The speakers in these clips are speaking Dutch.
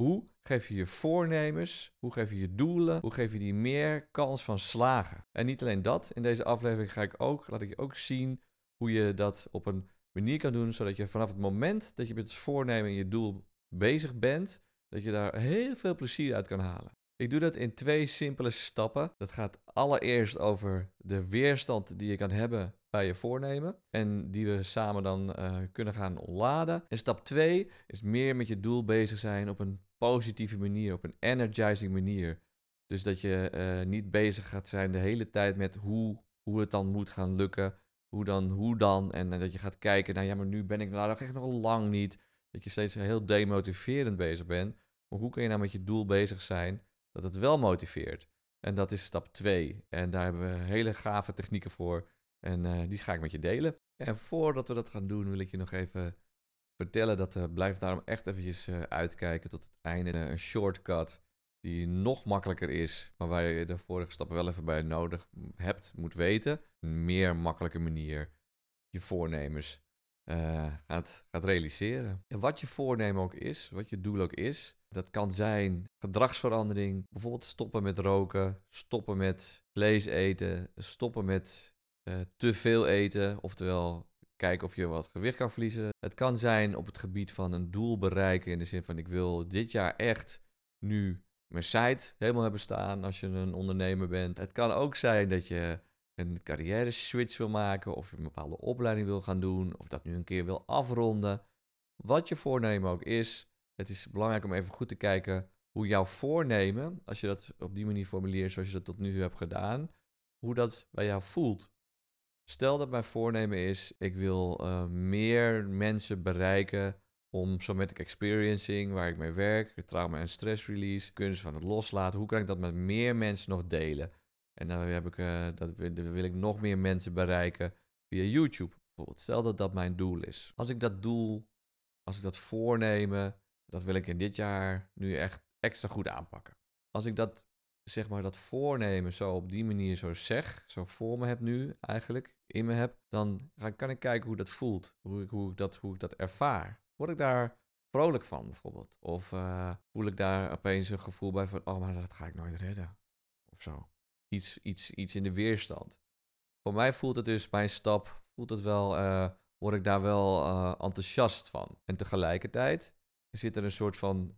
Hoe geef je je voornemens, hoe geef je je doelen, hoe geef je die meer kans van slagen? En niet alleen dat, in deze aflevering laat ik je ook zien hoe je dat op een manier kan doen, zodat je vanaf het moment dat je met het voornemen en je doel bezig bent, dat je daar heel veel plezier uit kan halen. Ik doe dat in 2 simpele stappen. Dat gaat allereerst over de weerstand die je kan hebben bij je voornemen. En die we samen dan kunnen gaan ontladen. En stap 2 is meer met je doel bezig zijn op een positieve manier, op een energizing manier. Dus dat je niet bezig gaat zijn de hele tijd met hoe het dan moet gaan lukken. Hoe dan. En dat je gaat kijken, nou ja, maar nu ben ik nou echt nog lang niet. Dat je steeds heel demotiverend bezig bent. Maar hoe kun je nou met je doel bezig zijn dat het wel motiveert? En dat is stap 2. En daar hebben we hele gave technieken voor. En die ga ik met je delen. En voordat we dat gaan doen, wil ik je nog even vertellen dat blijf daarom echt eventjes uitkijken tot het einde. Een shortcut die nog makkelijker is, maar waar je de vorige stappen wel even bij nodig hebt, moet weten. Een meer makkelijke manier je voornemens gaat realiseren. En wat je voornemen ook is, wat je doel ook is, dat kan zijn gedragsverandering, bijvoorbeeld stoppen met roken, stoppen met vlees eten, stoppen met te veel eten, oftewel kijken of je wat gewicht kan verliezen. Het kan zijn op het gebied van een doel bereiken in de zin van ik wil dit jaar echt nu mijn site helemaal hebben staan als je een ondernemer bent. Het kan ook zijn dat je een carrière switch wil maken of je een bepaalde opleiding wil gaan doen of dat nu een keer wil afronden. Wat je voornemen ook is, het is belangrijk om even goed te kijken hoe jouw voornemen, als je dat op die manier formuleert zoals je dat tot nu hebt gedaan, hoe dat bij jou voelt. Stel dat mijn voornemen is, ik wil meer mensen bereiken om somatic experiencing, waar ik mee werk, trauma en stress release, kunst van het loslaten, hoe kan ik dat met meer mensen nog delen? En dan wil ik nog meer mensen bereiken via YouTube bijvoorbeeld. Stel dat dat mijn doel is. Als ik dat voornemen, dat wil ik in dit jaar nu echt extra goed aanpakken. Als ik dat, zeg maar, dat voornemen zo op die manier zo voor me heb nu eigenlijk, in me heb, dan kan ik kijken hoe dat voelt, hoe ik dat ervaar. Word ik daar vrolijk van bijvoorbeeld? Of voel ik daar opeens een gevoel bij van, oh, maar dat ga ik nooit redden? Of zo. Iets in de weerstand. Voor mij voelt het dus, mijn stap, word ik daar wel enthousiast van. En tegelijkertijd zit er een soort van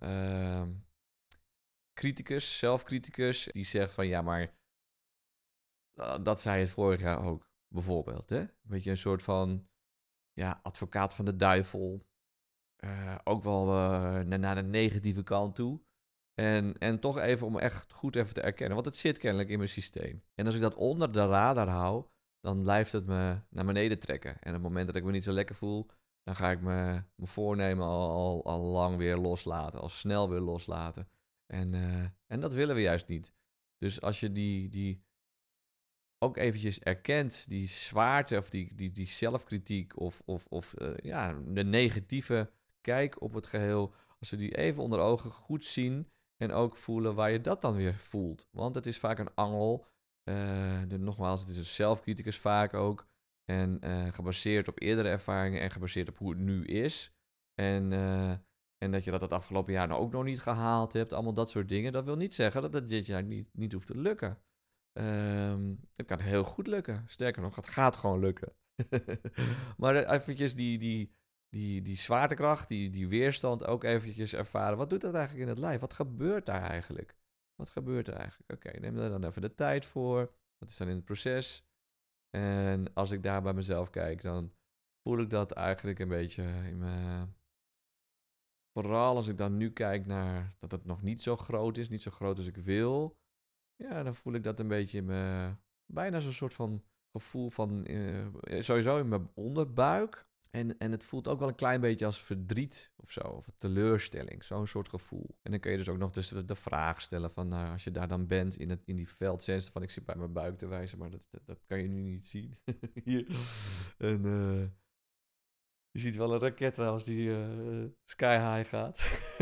zelfcriticus, die zegt van ja, maar dat zei het vorig jaar ook, bijvoorbeeld. Hè? Weet je, een soort van advocaat van de duivel. Ook wel naar de negatieve kant toe. En toch even om echt goed even te erkennen. Want het zit kennelijk in mijn systeem. En als ik dat onder de radar hou, dan blijft het me naar beneden trekken. En op het moment dat ik me niet zo lekker voel, dan ga ik mijn voornemen al lang weer loslaten. Al snel weer loslaten. En dat willen we juist niet. Dus als je die ook eventjes erkent, die zwaarte of die zelfkritiek of de negatieve kijk op het geheel, als we die even onder ogen goed zien en ook voelen waar je dat dan weer voelt. Want het is vaak een angel. Nogmaals, het is een zelfcriticus vaak ook. En gebaseerd op eerdere ervaringen en gebaseerd op hoe het nu is. En dat je dat het afgelopen jaar nou ook nog niet gehaald hebt. Allemaal dat soort dingen. Dat wil niet zeggen dat het dit jaar niet hoeft te lukken. Het kan heel goed lukken. Sterker nog, het gaat gewoon lukken. Maar eventjes die zwaartekracht, die weerstand ook eventjes ervaren. Wat doet dat eigenlijk in het lijf? Wat gebeurt daar eigenlijk? Oké, neem er dan even de tijd voor. Wat is dan in het proces? En als ik daar bij mezelf kijk, dan voel ik dat eigenlijk een beetje in mijn... Vooral als ik dan nu kijk naar dat het nog niet zo groot is, niet zo groot als ik wil. Ja, dan voel ik dat een beetje in mijn... Bijna zo'n soort van gevoel van... sowieso in mijn onderbuik. En het voelt ook wel een klein beetje als verdriet of zo. Of teleurstelling. Zo'n soort gevoel. En dan kun je dus ook nog de vraag stellen van... Nou, als je daar dan bent in die veldsens van... Ik zit bij mijn buik te wijzen, maar dat kan je nu niet zien. Hier. En je ziet wel een raket trouwens die sky high gaat.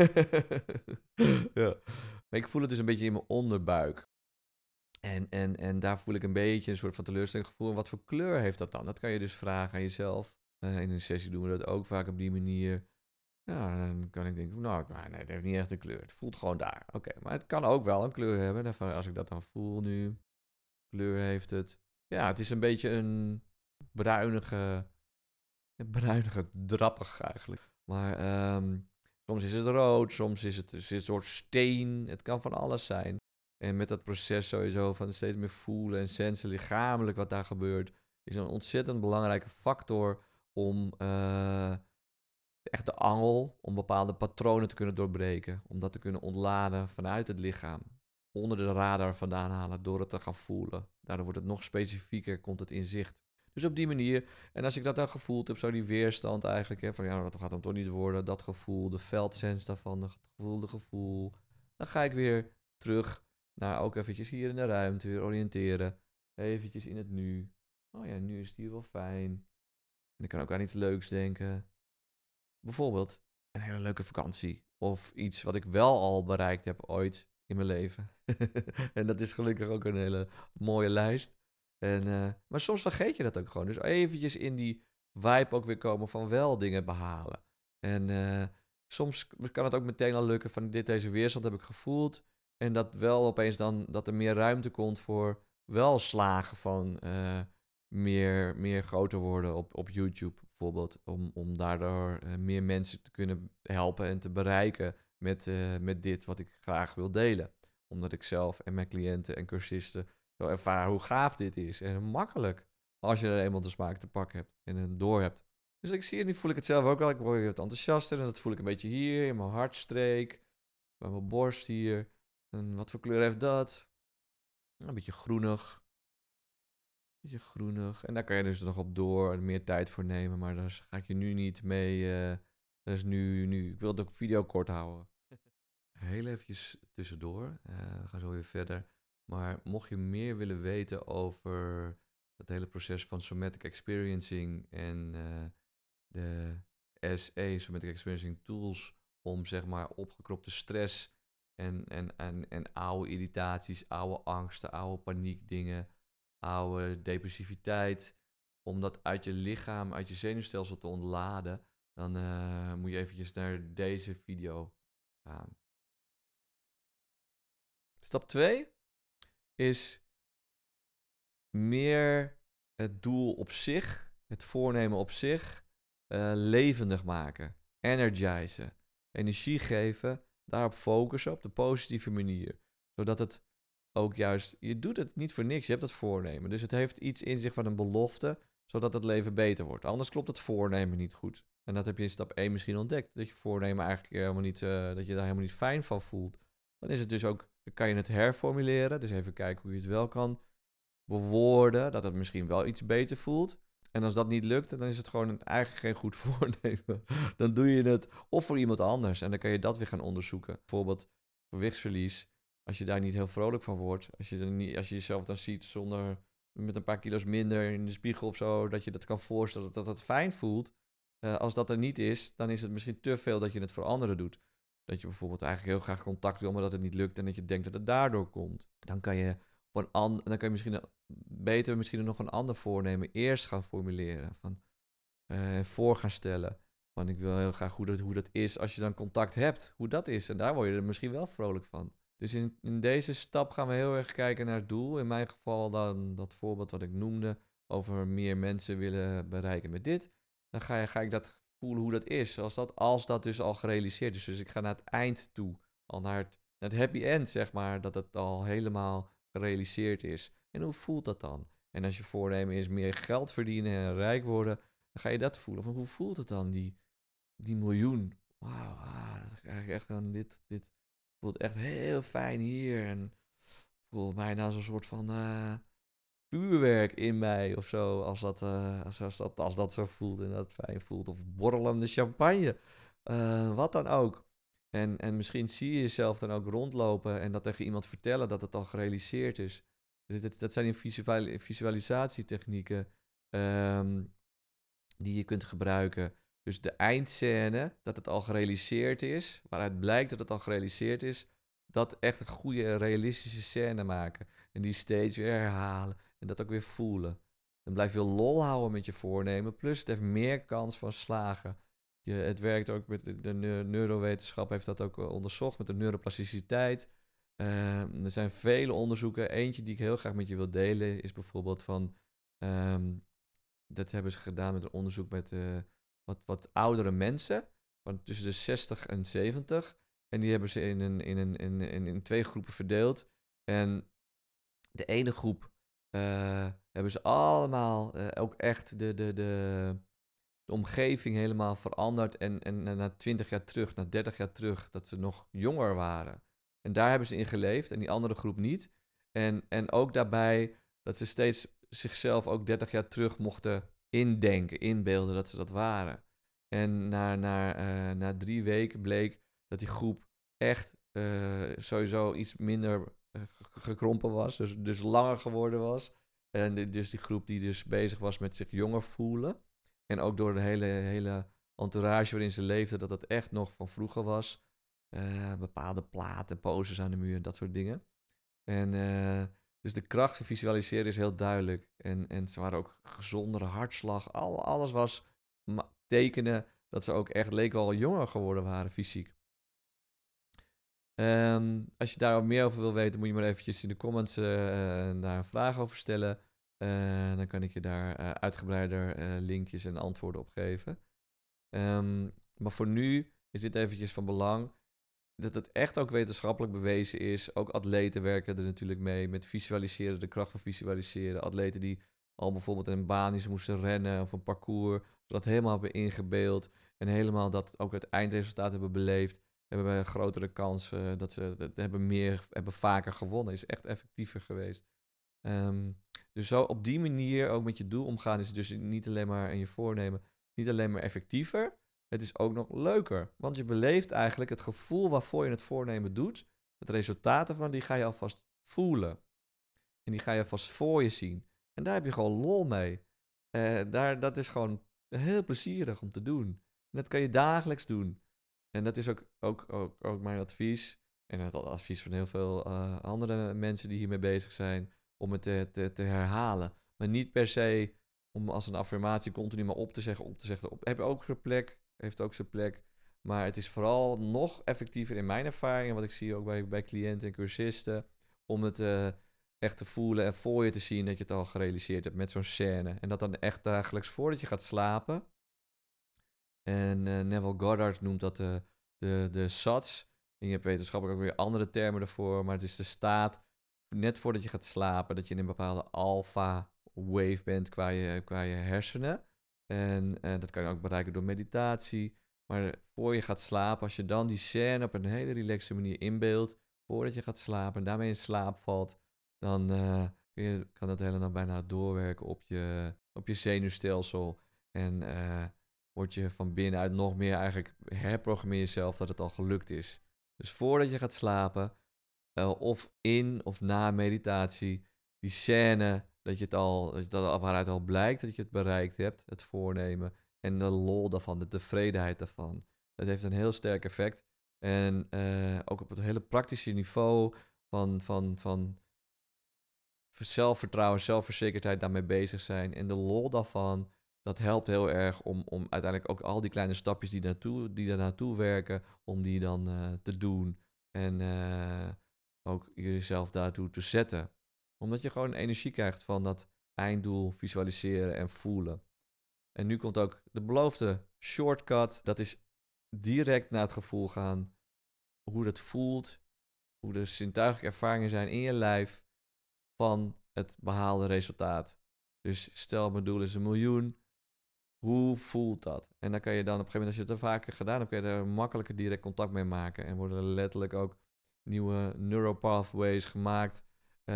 Ja. Maar ik voel het dus een beetje in mijn onderbuik. En daar voel ik een beetje een soort van teleurstellend gevoel. Wat voor kleur heeft dat dan? Dat kan je dus vragen aan jezelf. In een sessie doen we dat ook vaak op die manier. Ja, dan kan ik denken, nou, nee, het heeft niet echt een kleur. Het voelt gewoon daar. Oké, maar het kan ook wel een kleur hebben. Als ik dat dan voel nu, kleur heeft het. Ja, het is een beetje een bruinige, bruinige drappig eigenlijk. Maar soms is het rood, soms is het een soort steen. Het kan van alles zijn. En met dat proces sowieso van steeds meer voelen en sensen, lichamelijk wat daar gebeurt, is een ontzettend belangrijke factor om echt de angel, om bepaalde patronen te kunnen doorbreken. Om dat te kunnen ontladen vanuit het lichaam. Onder de radar vandaan halen door het te gaan voelen. Daardoor wordt het nog specifieker, komt het in zicht. Dus op die manier, en als ik dat dan gevoeld heb, zo die weerstand eigenlijk, hè, van ja, dat gaat hem toch niet worden, dat gevoel, de veldsens daarvan, het gevoel, dan ga ik weer terug naar ook eventjes hier in de ruimte, weer oriënteren, eventjes in het nu. Oh ja, nu is het hier wel fijn. En ik kan ook aan iets leuks denken. Bijvoorbeeld een hele leuke vakantie. Of iets wat ik wel al bereikt heb ooit in mijn leven. En dat is gelukkig ook een hele mooie lijst. Maar soms vergeet je dat ook gewoon. Dus eventjes in die vibe ook weer komen van wel dingen behalen. En soms kan het ook meteen al lukken van deze weerstand heb ik gevoeld. En dat wel opeens dan dat er meer ruimte komt voor wel slagen van meer groter worden op YouTube bijvoorbeeld. Om daardoor meer mensen te kunnen helpen en te bereiken met dit wat ik graag wil delen. Omdat ik zelf en mijn cliënten en cursisten zo ervaren hoe gaaf dit is. En hoe makkelijk als je er eenmaal de smaak te pakken hebt en het door hebt. Dus ik zie het, nu voel ik het zelf ook al. Ik word weer wat enthousiaster en dat voel ik een beetje hier in mijn hartstreek. Bij mijn borst hier. En wat voor kleur heeft dat? Een beetje groenig. Beetje groenig. En daar kan je dus nog op door en meer tijd voor nemen. Maar daar ga ik je nu niet mee. Dat is nu. Ik wil het ook video kort houden. Heel eventjes tussendoor. We gaan zo weer verder. Maar mocht je meer willen weten over het hele proces van somatic experiencing en de SE, somatic experiencing tools, om zeg maar opgekropte stress en oude irritaties, oude angsten, oude paniekdingen, oude depressiviteit, om dat uit je lichaam, uit je zenuwstelsel te ontladen, dan moet je eventjes naar deze video gaan. Stap 2 is meer het doel op zich, het voornemen op zich, levendig maken. Energizen. Energie geven, daarop focussen op de positieve manier. Zodat het ook juist, je doet het niet voor niks, je hebt het voornemen. Dus het heeft iets in zich van een belofte, zodat het leven beter wordt. Anders klopt het voornemen niet goed. En dat heb je in stap 1 misschien ontdekt. Dat je voornemen eigenlijk helemaal niet, dat je daar helemaal niet fijn van voelt. Dan is het dus ook, dan kan je het herformuleren. Dus even kijken hoe je het wel kan bewoorden, dat het misschien wel iets beter voelt. En als dat niet lukt, dan is het gewoon eigenlijk geen goed voornemen. Dan doe je het of voor iemand anders en dan kan je dat weer gaan onderzoeken. Bijvoorbeeld gewichtsverlies. Als je daar niet heel vrolijk van wordt, als je jezelf dan ziet zonder met een paar kilo's minder in de spiegel of zo, dat je dat kan voorstellen dat het fijn voelt. Als dat er niet is, dan is het misschien te veel dat je het voor anderen doet. Dat je bijvoorbeeld eigenlijk heel graag contact wil, maar dat het niet lukt en dat je denkt dat het daardoor komt. Dan kan je dan kan je misschien nog een ander voornemen eerst gaan formuleren. Voor gaan stellen. Want ik wil heel graag hoe dat is als je dan contact hebt. Hoe dat is. En daar word je er misschien wel vrolijk van. Dus in deze stap gaan we heel erg kijken naar het doel. In mijn geval dan dat voorbeeld wat ik noemde. Over meer mensen willen bereiken met dit. Dan ga ik dat voelen hoe dat is. Als dat dus al gerealiseerd is. Dus ik ga naar het eind toe. Al naar het happy end, zeg maar. Dat het al helemaal gerealiseerd is. En hoe voelt dat dan? En als je voornemen is meer geld verdienen en rijk worden, dan ga je dat voelen. Van hoe voelt het dan, die miljoen? Wauw, dat krijg ik echt aan dit voelt echt heel fijn hier. En voelt mij nou zo'n soort van vuurwerk in mij of zo. Als dat zo voelt en dat fijn voelt. Of borrelende champagne. Wat dan ook. En misschien zie je jezelf dan ook rondlopen en dat tegen iemand vertellen dat het al gerealiseerd is. Dus dat zijn die visualisatietechnieken die je kunt gebruiken. Dus de eindscène, dat het al gerealiseerd is, waaruit blijkt dat het al gerealiseerd is, dat echt een goede realistische scène maken. En die steeds weer herhalen en dat ook weer voelen. Dan blijf je lol houden met je voornemen, plus het heeft meer kans van slagen. Het werkt ook met de neurowetenschap, heeft dat ook onderzocht met de neuroplasticiteit. Er zijn vele onderzoeken. Eentje die ik heel graag met je wil delen is bijvoorbeeld van... dat hebben ze gedaan met een onderzoek met wat oudere mensen, van tussen de 60 en 70. En die hebben ze in twee groepen verdeeld. En de ene groep hebben ze allemaal ook echt de omgeving helemaal veranderd. En na 20 jaar terug, na 30 jaar terug, dat ze nog jonger waren. En daar hebben ze in geleefd en die andere groep niet. En ook daarbij dat ze steeds zichzelf ook 30 jaar terug mochten indenken, inbeelden dat ze dat waren. En na 3 weken bleek dat die groep echt sowieso iets minder gekrompen was, dus langer geworden was. En dus die groep die dus bezig was met zich jonger voelen. En ook door de hele entourage waarin ze leefden, dat dat echt nog van vroeger was. Bepaalde platen, poses aan de muur, dat soort dingen. En dus de kracht van visualiseren is heel duidelijk. En ze waren ook gezondere hartslag. Alles was tekenen dat ze ook echt leek wel jonger geworden waren fysiek. Als je daar wat meer over wil weten, moet je maar eventjes in de comments daar een vraag over stellen. Dan kan ik je daar uitgebreider linkjes en antwoorden op geven. Maar voor nu is dit eventjes van belang dat het echt ook wetenschappelijk bewezen is. Ook atleten werken er natuurlijk mee met visualiseren, de kracht van visualiseren. Atleten die al bijvoorbeeld in een baan iets moesten rennen of een parcours, dat helemaal hebben ingebeeld en helemaal dat ook het eindresultaat hebben beleefd, hebben wij een grotere kans dat ze hebben vaker gewonnen. Is echt effectiever geweest. Dus zo op die manier ook met je doel omgaan is dus niet alleen maar in je voornemen, niet alleen maar effectiever. Het is ook nog leuker, want je beleeft eigenlijk het gevoel waarvoor je het voornemen doet. Het resultaat ervan, die ga je alvast voelen. En die ga je alvast voor je zien. En daar heb je gewoon lol mee. Dat is gewoon heel plezierig om te doen. En dat kan je dagelijks doen. En dat is ook mijn advies. En het advies van heel veel andere mensen die hiermee bezig zijn. Om het te herhalen. Maar niet per se om als een affirmatie continu maar op te zeggen. Heb ook zijn plek. Heeft ook zijn plek. Maar het is vooral nog effectiever in mijn ervaring. En wat ik zie ook bij cliënten en cursisten. Om het echt te voelen en voor je te zien dat je het al gerealiseerd hebt met zo'n scène. En dat dan echt dagelijks voordat je gaat slapen. En Neville Goddard noemt dat de SATS. En je hebt wetenschappelijk ook weer andere termen ervoor. Maar het is de staat net voordat je gaat slapen. Dat je in een bepaalde alpha wave bent qua je hersenen. En dat kan je ook bereiken door meditatie. Maar voor je gaat slapen, als je dan die scène op een hele relaxe manier inbeeldt. Voordat je gaat slapen en daarmee in slaap valt. Dan kan dat helemaal bijna doorwerken op je zenuwstelsel. En word je van binnenuit nog meer eigenlijk herprogrammeer jezelf dat het al gelukt is. Dus voordat je gaat slapen, of in of na meditatie, die scène waaruit al blijkt dat je het bereikt hebt, het voornemen en de lol daarvan, de tevredenheid daarvan. Dat heeft een heel sterk effect. En ook op het hele praktische niveau van zelfvertrouwen, zelfverzekerdheid daarmee bezig zijn en de lol daarvan. Dat helpt heel erg om uiteindelijk ook al die kleine stapjes die daar naartoe werken, om die dan te doen. En ook jezelf daartoe te zetten. Omdat je gewoon energie krijgt van dat einddoel visualiseren en voelen. En nu komt ook de beloofde shortcut. Dat is direct naar het gevoel gaan. Hoe dat voelt. Hoe de zintuigelijke ervaringen zijn in je lijf van het behaalde resultaat. Dus stel mijn doel is 1 miljoen. Hoe voelt dat? En dan kan je dan op een gegeven moment, als je het er vaker gedaan hebt, kun je er makkelijker direct contact mee maken. En worden er letterlijk ook nieuwe neuropathways gemaakt.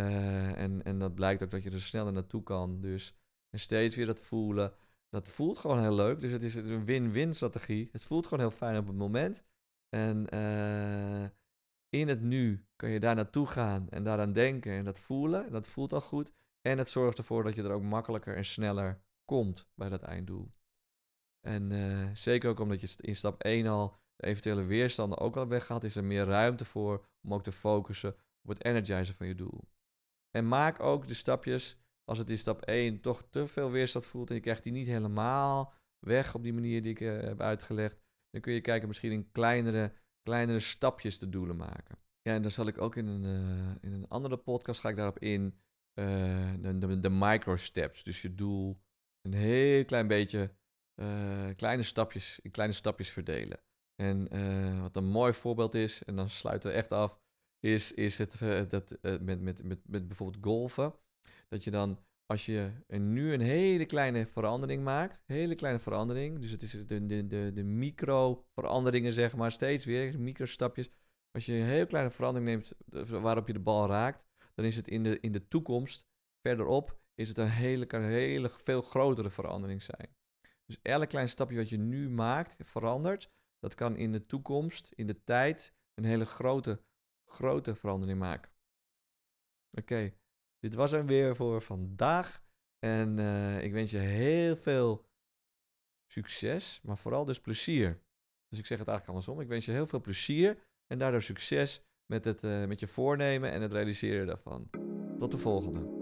En dat blijkt ook dat je er sneller naartoe kan. Dus en steeds weer dat voelen. Dat voelt gewoon heel leuk. Dus het is een win-win strategie. Het voelt gewoon heel fijn op het moment. En in het nu kun je daar naartoe gaan en daaraan denken en dat voelen. En dat voelt al goed. En het zorgt ervoor dat je er ook makkelijker en sneller komt bij dat einddoel. En zeker ook omdat je in stap 1 al de eventuele weerstanden ook al weggaat, is er meer ruimte voor om ook te focussen op het energizen van je doel. En maak ook de stapjes, als het in stap 1 toch te veel weerstand voelt en je krijgt die niet helemaal weg op die manier die ik heb uitgelegd. Dan kun je kijken misschien in kleinere stapjes de doelen maken. Ja, en dan zal ik ook in een andere podcast ga ik daarop in. De micro-steps. Dus je doel een heel klein beetje in kleine stapjes verdelen. En wat een mooi voorbeeld is, en dan sluiten we echt af, is het met bijvoorbeeld golfen. Dat je dan, als je nu een hele kleine verandering maakt, hele kleine verandering, dus het is de micro-veranderingen, zeg maar, steeds weer, microstapjes. Als je een heel kleine verandering neemt waarop je de bal raakt, dan is het in de toekomst, verderop, is het een hele veel grotere verandering zijn. Dus elk klein stapje wat je nu maakt, verandert, dat kan in de toekomst, in de tijd, een hele grote verandering maken. Oké, dit was hem weer voor vandaag. En ik wens je heel veel succes, maar vooral dus plezier. Dus ik zeg het eigenlijk andersom. Ik wens je heel veel plezier en daardoor succes met je voornemen en het realiseren daarvan. Tot de volgende.